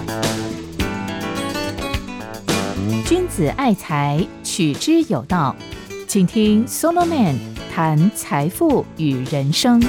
君子爱财，取之有道。请听 Solomon 谈财富与人生。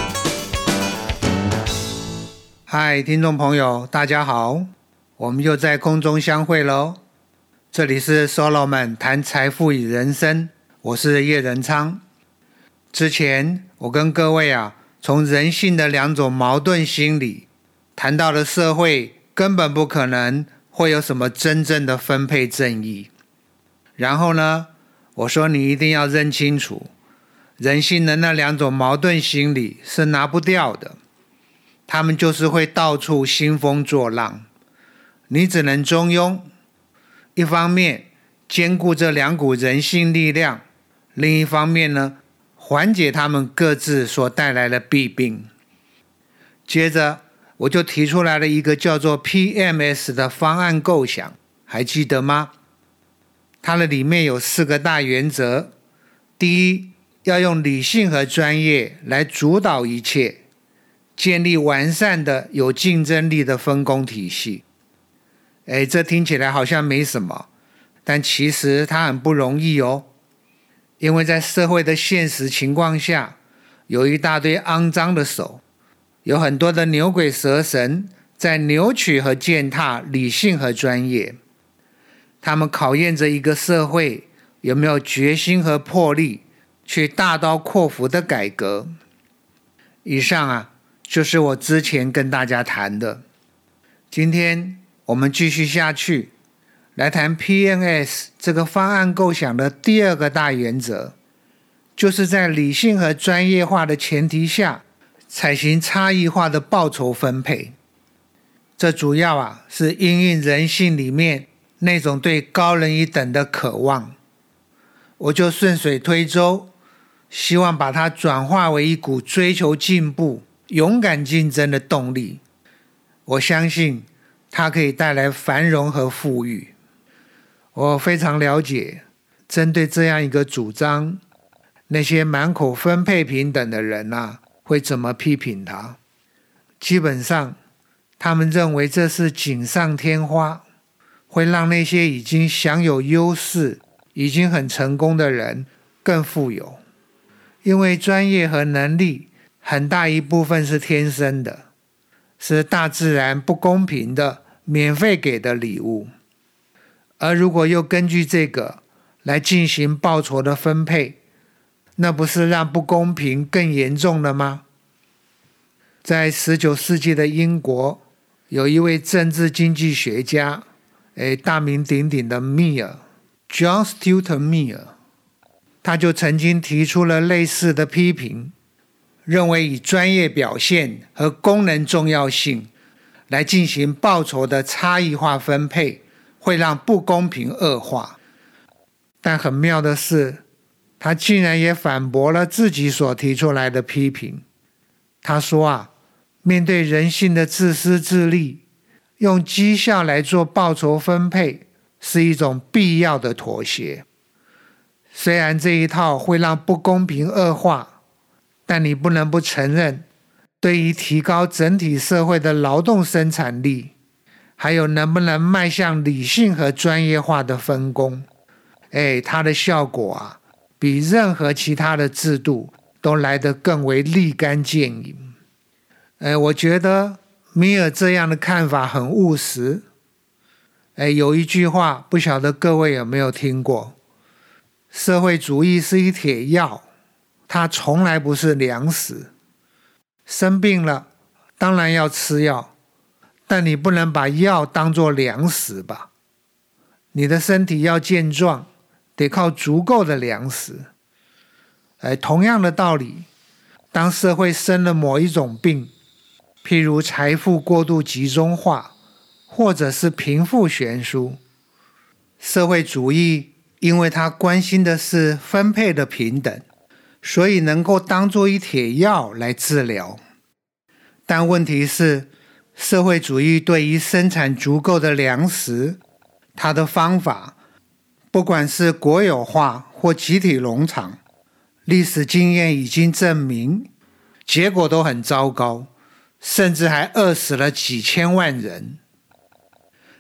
嗨，听众朋友，大家好，我们又在空中相会喽。这里是 Solomon 谈财富与人生，我是叶仁昌。之前我跟各位从人性的两种矛盾心理，谈到了社会根本不可能会有什么真正的分配正义。然后呢，我说你一定要认清楚，人性的那两种矛盾心理是拿不掉的，他们就是会到处兴风作浪，你只能中庸。一方面兼顾这两股人性力量，另一方面呢，缓解他们各自所带来的弊病。接着我就提出来了一个叫做 PMS 的方案构想，还记得吗？它的里面有4个大原则。第一，要用理性和专业来主导一切，建立完善的有竞争力的分工体系。这听起来好像没什么，但其实它很不容易哦。因为在社会的现实情况下，有一大堆肮脏的手，有很多的牛鬼蛇神在扭曲和践踏理性和专业。他们考验着一个社会有没有决心和魄力去大刀阔斧的改革。以上就是我之前跟大家谈的。今天我们继续下去，来谈 PMS 这个方案构想的第2个大原则，就是在理性和专业化的前提下，采行差异化的报酬分配。这主要是因应人性里面那种对高人一等的渴望。我就顺水推舟，希望把它转化为一股追求进步、勇敢竞争的动力。我相信它可以带来繁荣和富裕。我非常了解，针对这样一个主张，那些满口分配平等的人会怎么批评他。基本上他们认为这是锦上添花，会让那些已经享有优势、已经很成功的人更富有。因为专业和能力很大一部分是天生的，是大自然不公平的免费给的礼物。而如果又根据这个来进行报酬的分配，那不是让不公平更严重了吗？在19世纪的英国，有一位政治经济学家，大名鼎鼎的密尔 John Stuart Mill， 他就曾经提出了类似的批评，认为以专业表现和功能重要性来进行报酬的差异化分配，会让不公平恶化。但很妙的是，他竟然也反驳了自己所提出来的批评。他说面对人性的自私自利，用绩效来做报酬分配是一种必要的妥协。虽然这一套会让不公平恶化，但你不能不承认，对于提高整体社会的劳动生产力，还有能不能迈向理性和专业化的分工，它的效果比任何其他的制度都来得更为立竿见影。我觉得米尔这样的看法很务实。有一句话不晓得各位有没有听过，社会主义是一帖药，它从来不是粮食。生病了当然要吃药，但你不能把药当作粮食吧。你的身体要健壮，得靠足够的粮食。同样的道理，当社会生了某一种病，譬如财富过度集中化，或者是贫富悬殊，社会主义因为它关心的是分配的平等，所以能够当作一帖药来治疗。但问题是，社会主义对于生产足够的粮食，它的方法，不管是国有化或集体农场，历史经验已经证明，结果都很糟糕，甚至还饿死了几千万人。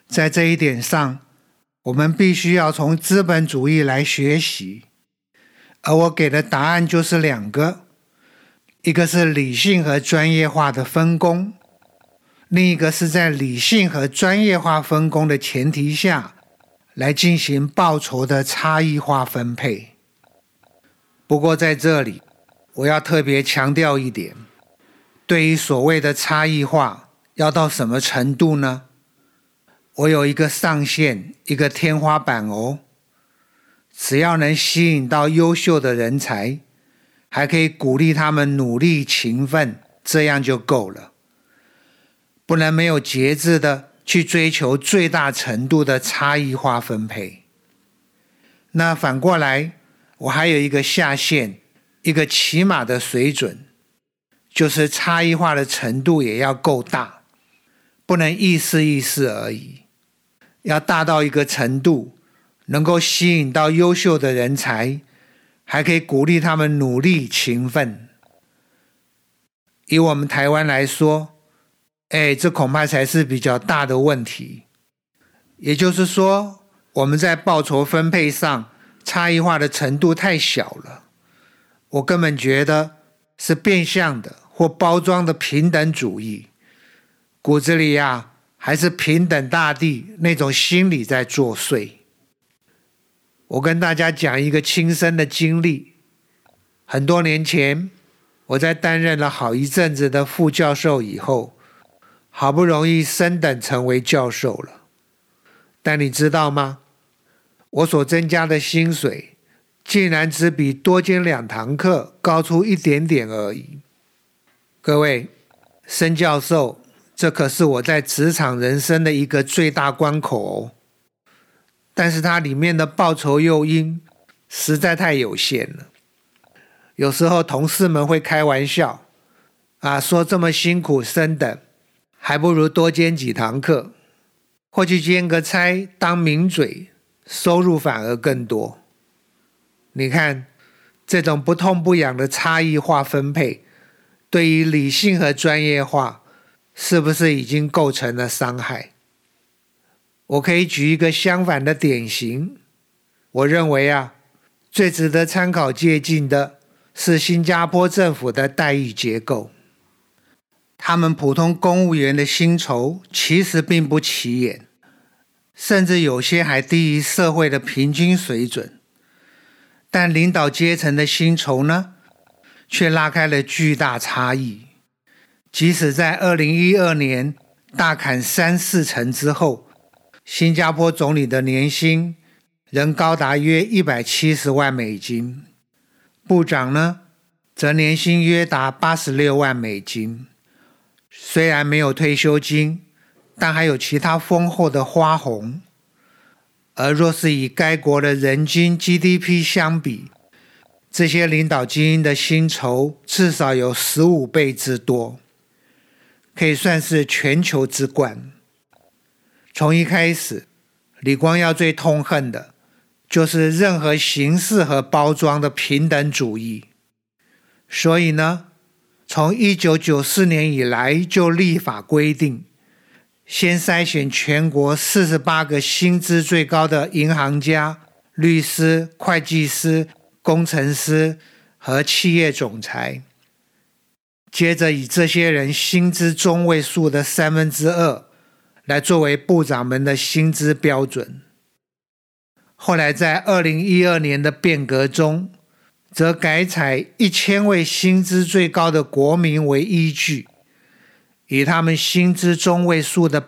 在这一点上，我们必须要从资本主义来学习，而我给的答案就是2个，一个是理性和专业化的分工，另一个是在理性和专业化分工的前提下来进行报酬的差异化分配。不过在这里，我要特别强调一点，对于所谓的差异化，要到什么程度呢？我有一个上限，一个天花板哦。只要能吸引到优秀的人才，还可以鼓励他们努力勤奋，这样就够了。不能没有节制的去追求最大程度的差异化分配。那反过来，我还有一个下限，一个起码的水准，就是差异化的程度也要够大，不能意思意思而已，要大到一个程度，能够吸引到优秀的人才，还可以鼓励他们努力勤奋。以我们台湾来说，这恐怕才是比较大的问题。也就是说，我们在报酬分配上差异化的程度太小了，我根本觉得是变相的或包装的平等主义，骨子里还是平等大地那种心理在作祟。我跟大家讲一个亲身的经历。很多年前，我在担任了好一阵子的副教授以后，好不容易升等成为教授了。但你知道吗？我所增加的薪水竟然只比多兼2堂课高出一点点而已。各位，升教授，这可是我在职场人生的一个最大关口哦。但是它里面的报酬诱因实在太有限了。有时候同事们会开玩笑说这么辛苦升等，还不如多兼几堂课，或去兼个差当名嘴，收入反而更多。你看，这种不痛不痒的差异化分配，对于理性和专业化，是不是已经构成了伤害？我可以举一个相反的典型。我认为最值得参考借鉴的是新加坡政府的待遇结构。他们普通公务员的薪酬其实并不起眼，甚至有些还低于社会的平均水准。但领导阶层的薪酬呢，却拉开了巨大差异。即使在2012年大砍3-4成之后，新加坡总理的年薪仍高达约170万美金，部长呢，则年薪约达86万美金。虽然没有退休金，但还有其他丰厚的花红。而若是以该国的人均 GDP 相比，这些领导精英的薪酬至少有15倍之多，可以算是全球之冠。从一开始，李光耀最痛恨的就是任何形式和包装的平等主义。所以呢，从1994年以来就立法规定，先筛选全国48个薪资最高的银行家、律师、会计师、工程师和企业总裁，接着以这些人薪资中位数的2/3来作为部长们的薪资标准。后来在2012年的变革中，则改采1000位薪资最高的国民为依据，以他们薪资中位数的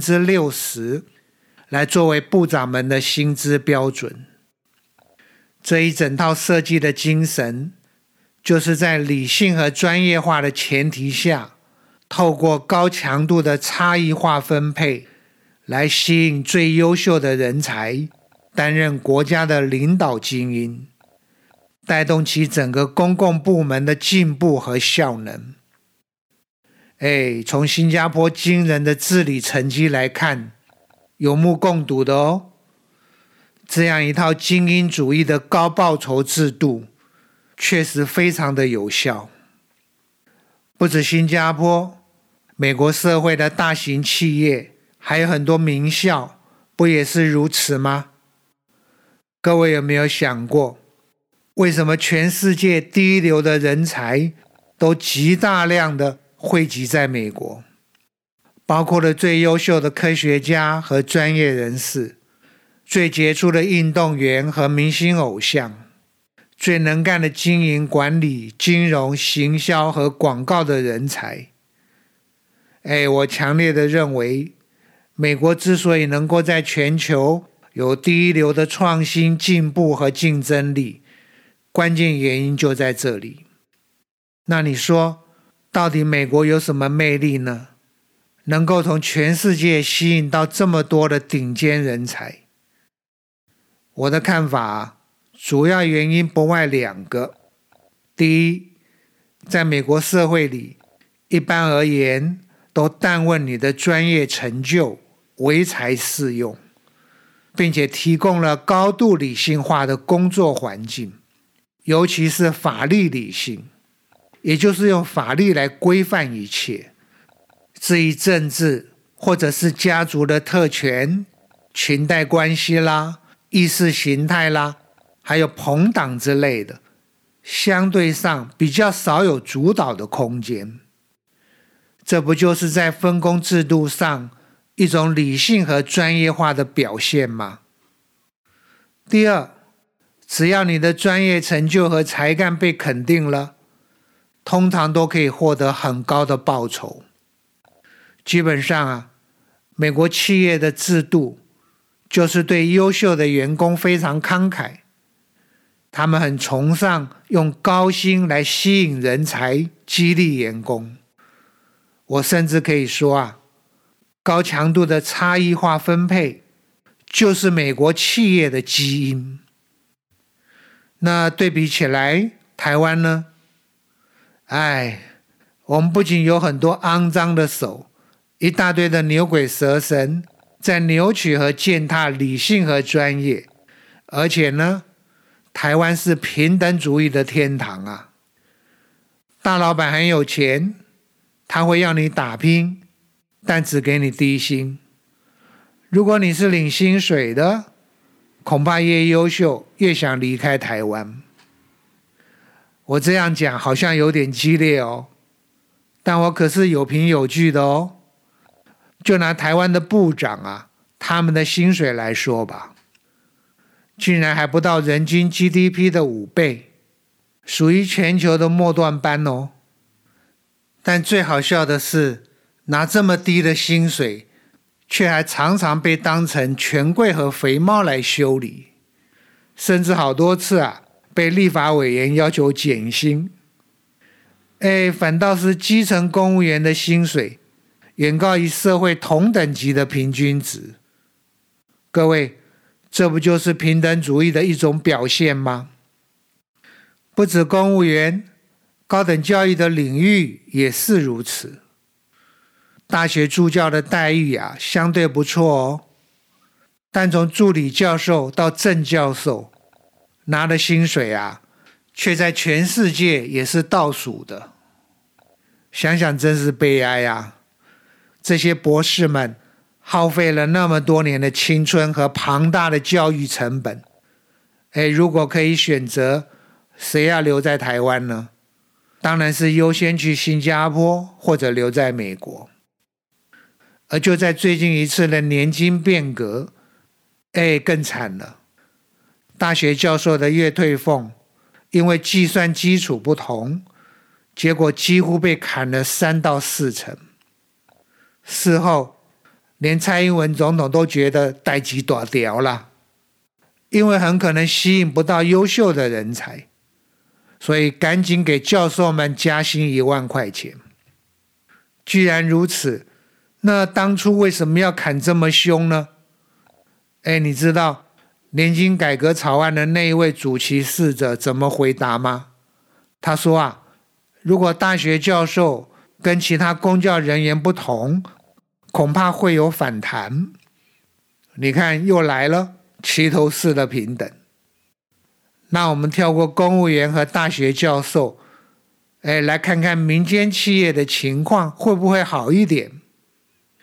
60%来作为部长们的薪资标准。这一整套设计的精神，就是在理性和专业化的前提下，透过高强度的差异化分配，来吸引最优秀的人才，担任国家的领导精英，带动起整个公共部门的进步和效能。从新加坡惊人的治理成绩来看，有目共睹的哦。这样一套精英主义的高报酬制度，确实非常的有效。不止新加坡，美国社会的大型企业， 还有很多名校，不也是如此吗？各位有没有想过，为什么全世界第一流的人才都极大量的汇集在美国？包括了最优秀的科学家和专业人士，最杰出的运动员和明星偶像，最能干的经营管理、金融、行销和广告的人才。我强烈的认为，美国之所以能够在全球有第一流的创新、进步和竞争力，关键原因就在这里。那你说，到底美国有什么魅力呢？能够从全世界吸引到这么多的顶尖人才？我的看法，主要原因不外2个。第一，在美国社会里，一般而言都但问你的专业成就，唯才是用，并且提供了高度理性化的工作环境，尤其是法律理性，也就是用法律来规范一切。至于政治或者是家族的特权、裙带关系啦、意识形态啦，还有朋党之类的，相对上比较少有主导的空间。这不就是在分工制度上一种理性和专业化的表现吗？第二，只要你的专业成就和才干被肯定了，通常都可以获得很高的报酬。基本上美国企业的制度就是对优秀的员工非常慷慨，他们很崇尚用高薪来吸引人才，激励员工。我甚至可以说高强度的差异化分配就是美国企业的基因。那对比起来，台湾呢？我们不仅有很多肮脏的手，一大堆的牛鬼蛇神在扭曲和践踏理性和专业，而且呢，台湾是平等主义的天堂啊！大老板很有钱，他会要你打拼，但只给你低薪。如果你是领薪水的，恐怕越优秀越想离开台湾。我这样讲好像有点激烈哦，但我可是有凭有据的哦。就拿台湾的部长他们的薪水来说吧，竟然还不到人均 GDP 的5倍，属于全球的末段班哦。但最好笑的是，拿这么低的薪水，却还常常被当成权贵和肥猫来修理，甚至好多次被立法委员要求减薪。反倒是基层公务员的薪水远高于社会同等级的平均值。各位，这不就是平等主义的一种表现吗？不止公务员，高等教育的领域也是如此。大学助教的待遇相对不错哦，但从助理教授到正教授拿的薪水却在全世界也是倒数的。想想真是悲哀这些博士们耗费了那么多年的青春和庞大的教育成本，如果可以选择，谁要留在台湾呢？当然是优先去新加坡或者留在美国。而就在最近一次的年金变革，更惨了。大学教授的月退俸因为计算基础不同，结果几乎被砍了3到4成。事后连蔡英文总统都觉得代志大条了，因为很可能吸引不到优秀的人才，所以赶紧给教授们加薪1万块钱。既然如此，那当初为什么要砍这么凶呢？你知道年金改革草案的那一位主其事者怎么回答吗？他说如果大学教授跟其他公教人员不同，恐怕会有反弹。你看又来了，齐头式的平等。那我们跳过公务员和大学教授，来看看民间企业的情况会不会好一点？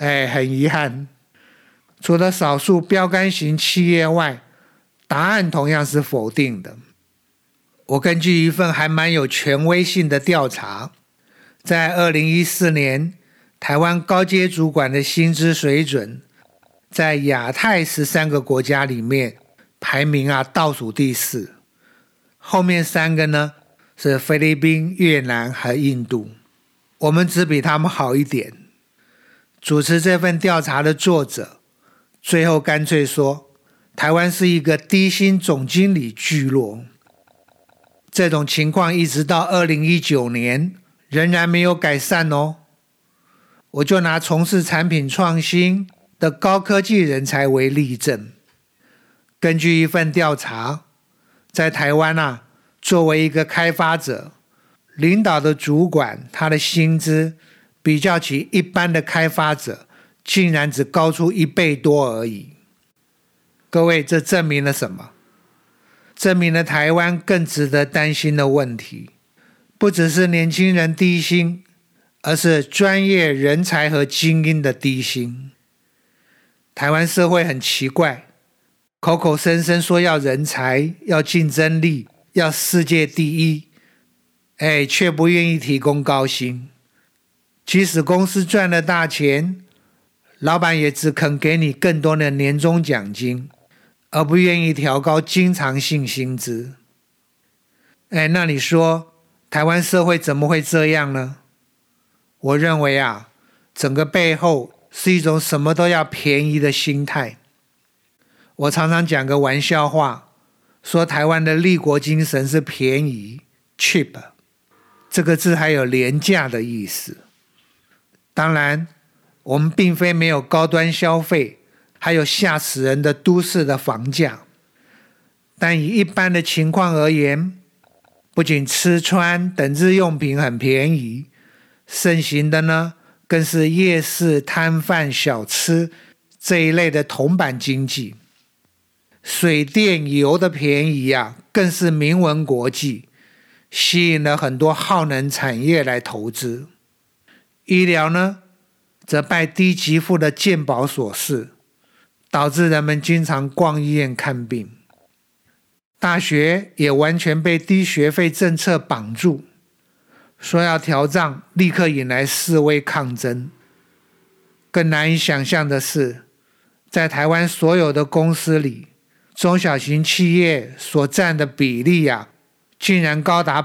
很遗憾，除了少数标杆型企业外，答案同样是否定的。我根据一份还蛮有权威性的调查，在2014年，台湾高阶主管的薪资水准，在亚太13个国家里面排名倒数第4，后面3个呢是菲律宾、越南和印度，我们只比他们好一点。主持这份调查的作者最后干脆说，台湾是一个低薪总经理聚落。这种情况一直到2019年仍然没有改善哦。我就拿从事产品创新的高科技人才为例证。根据一份调查，在台湾作为一个开发者，领导的主管他的薪资比较起一般的开发者，竟然只高出1倍多而已。各位，这证明了什么？证明了台湾更值得担心的问题，不只是年轻人低薪，而是专业人才和精英的低薪。台湾社会很奇怪，口口声声说要人才、要竞争力、要世界第一，却不愿意提供高薪。即使公司赚了大钱，老板也只肯给你更多的年终奖金，而不愿意调高经常性薪资。那你说台湾社会怎么会这样呢？我认为整个背后是一种什么都要便宜的心态。我常常讲个玩笑话，说台湾的立国精神是便宜 cheap， 这个字还有廉价的意思。当然我们并非没有高端消费，还有吓死人的都市的房价，但以一般的情况而言，不仅吃穿等日用品很便宜，盛行的呢更是夜市摊贩小吃这一类的铜板经济。水电油的便宜更是名闻国际，吸引了很多耗能产业来投资。医疗呢则拜低给付的健保所赐，导致人们经常逛医院看病。大学也完全被低学费政策绑住，说要调涨，立刻引来示威抗争。更难以想象的是，在台湾所有的公司里，中小型企业所占的比例竟然高达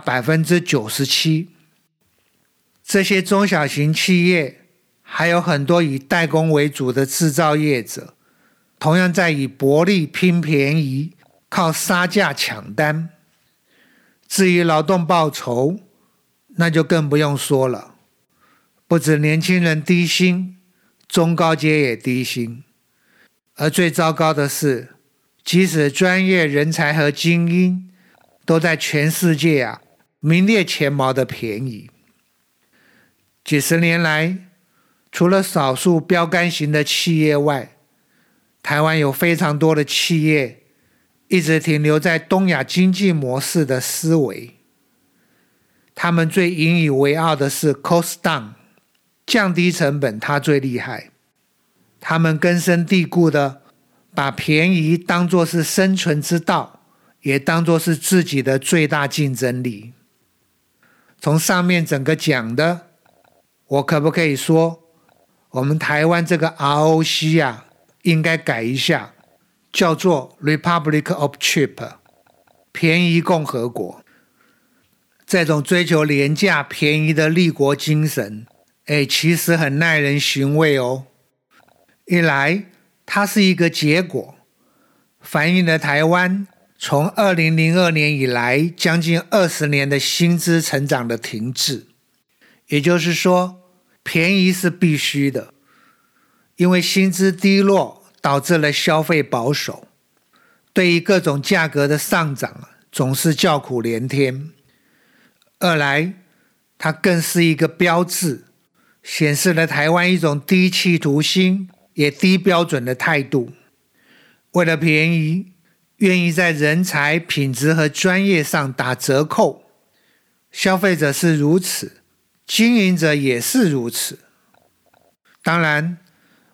97%。 这些中小型企业还有很多以代工为主的制造业者，同样在以薄利拼便宜，靠杀价抢单。至于劳动报酬，那就更不用说了，不止年轻人低薪，中高阶也低薪。而最糟糕的是，即使专业人才和精英都在全世界名列前茅的便宜。几十年来，除了少数标杆型的企业外，台湾有非常多的企业一直停留在东亚经济模式的思维。他们最引以为傲的是 cost down， 降低成本，它最厉害。他们根深蒂固的把便宜当作是生存之道，也当作是自己的最大竞争力。从上面整个讲的，我可不可以说，我们台湾这个 ROC 应该改一下，叫做 Republic of Cheap， 便宜共和国。这种追求廉价便宜的立国精神，其实很耐人寻味哦。一来，它是一个结果，反映了台湾从2002年以来将近20年的薪资成长的停滞。也就是说，便宜是必须的，因为薪资低落导致了消费保守，对于各种价格的上涨总是叫苦连天。二来，它更是一个标志，显示了台湾一种低企图心也低标准的态度。为了便宜，愿意在人才、品质和专业上打折扣。消费者是如此，经营者也是如此。当然，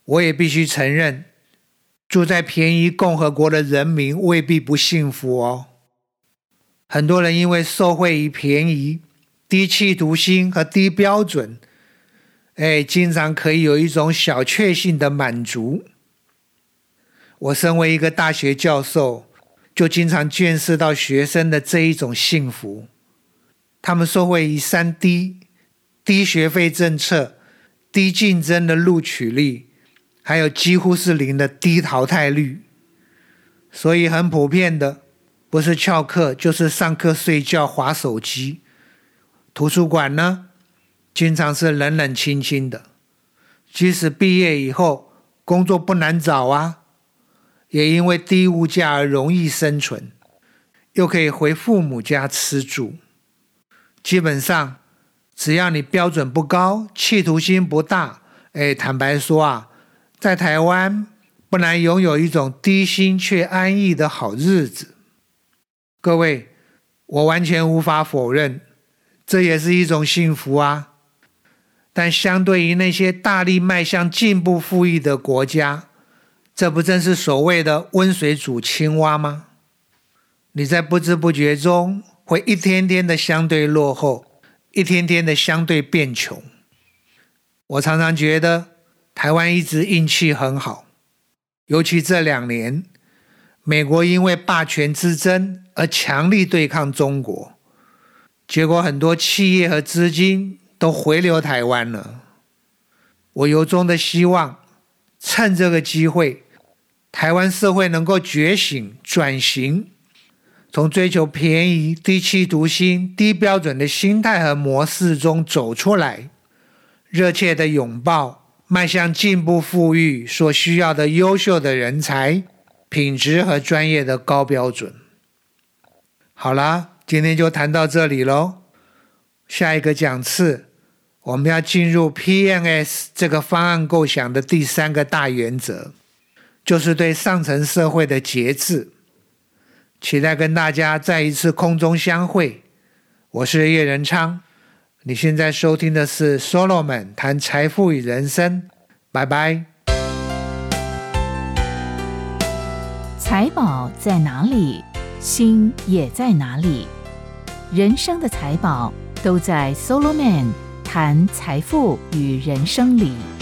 我也必须承认，住在便宜共和国的人民未必不幸福哦。很多人因为受惠于便宜、低企图心和低标准，经常可以有一种小确幸的满足。我身为一个大学教授，就经常见识到学生的这一种幸福。他们受惠于3低：低学费政策、低竞争的录取率，还有几乎是0的低淘汰率。所以很普遍的，不是翘课就是上课睡觉滑手机。图书馆呢，经常是冷冷清清的。即使毕业以后工作不难找啊，也因为低物价而容易生存，又可以回父母家吃住。基本上只要你标准不高，企图心不大，坦白说啊，在台湾不难拥有一种低薪却安逸的好日子。各位，我完全无法否认，这也是一种幸福啊。但相对于那些大力迈向进步富裕的国家，这不正是所谓的温水煮青蛙吗？你在不知不觉中会一天天的相对落后，一天天的相对变穷。我常常觉得台湾一直运气很好，尤其这2年，美国因为霸权之争而强力对抗中国，结果很多企业和资金都回流台湾了。我由衷的希望趁这个机会，台湾社会能够觉醒转型，从追求便宜、低企图心、低标准的心态和模式中走出来，热切的拥抱迈向进步富裕所需要的优秀的人才、品质和专业的高标准。好啦，今天就谈到这里咯。下一个讲次，我们要进入 PNS 这个方案构想的第3个大原则，就是对上层社会的节制。期待跟大家再一次空中相会。我是叶仁昌，你现在收听的是 Solomon 谈财富与人生。拜拜。 财宝在哪里，心也在哪里。人生的财宝都在 Solomon 谈财富与人生里。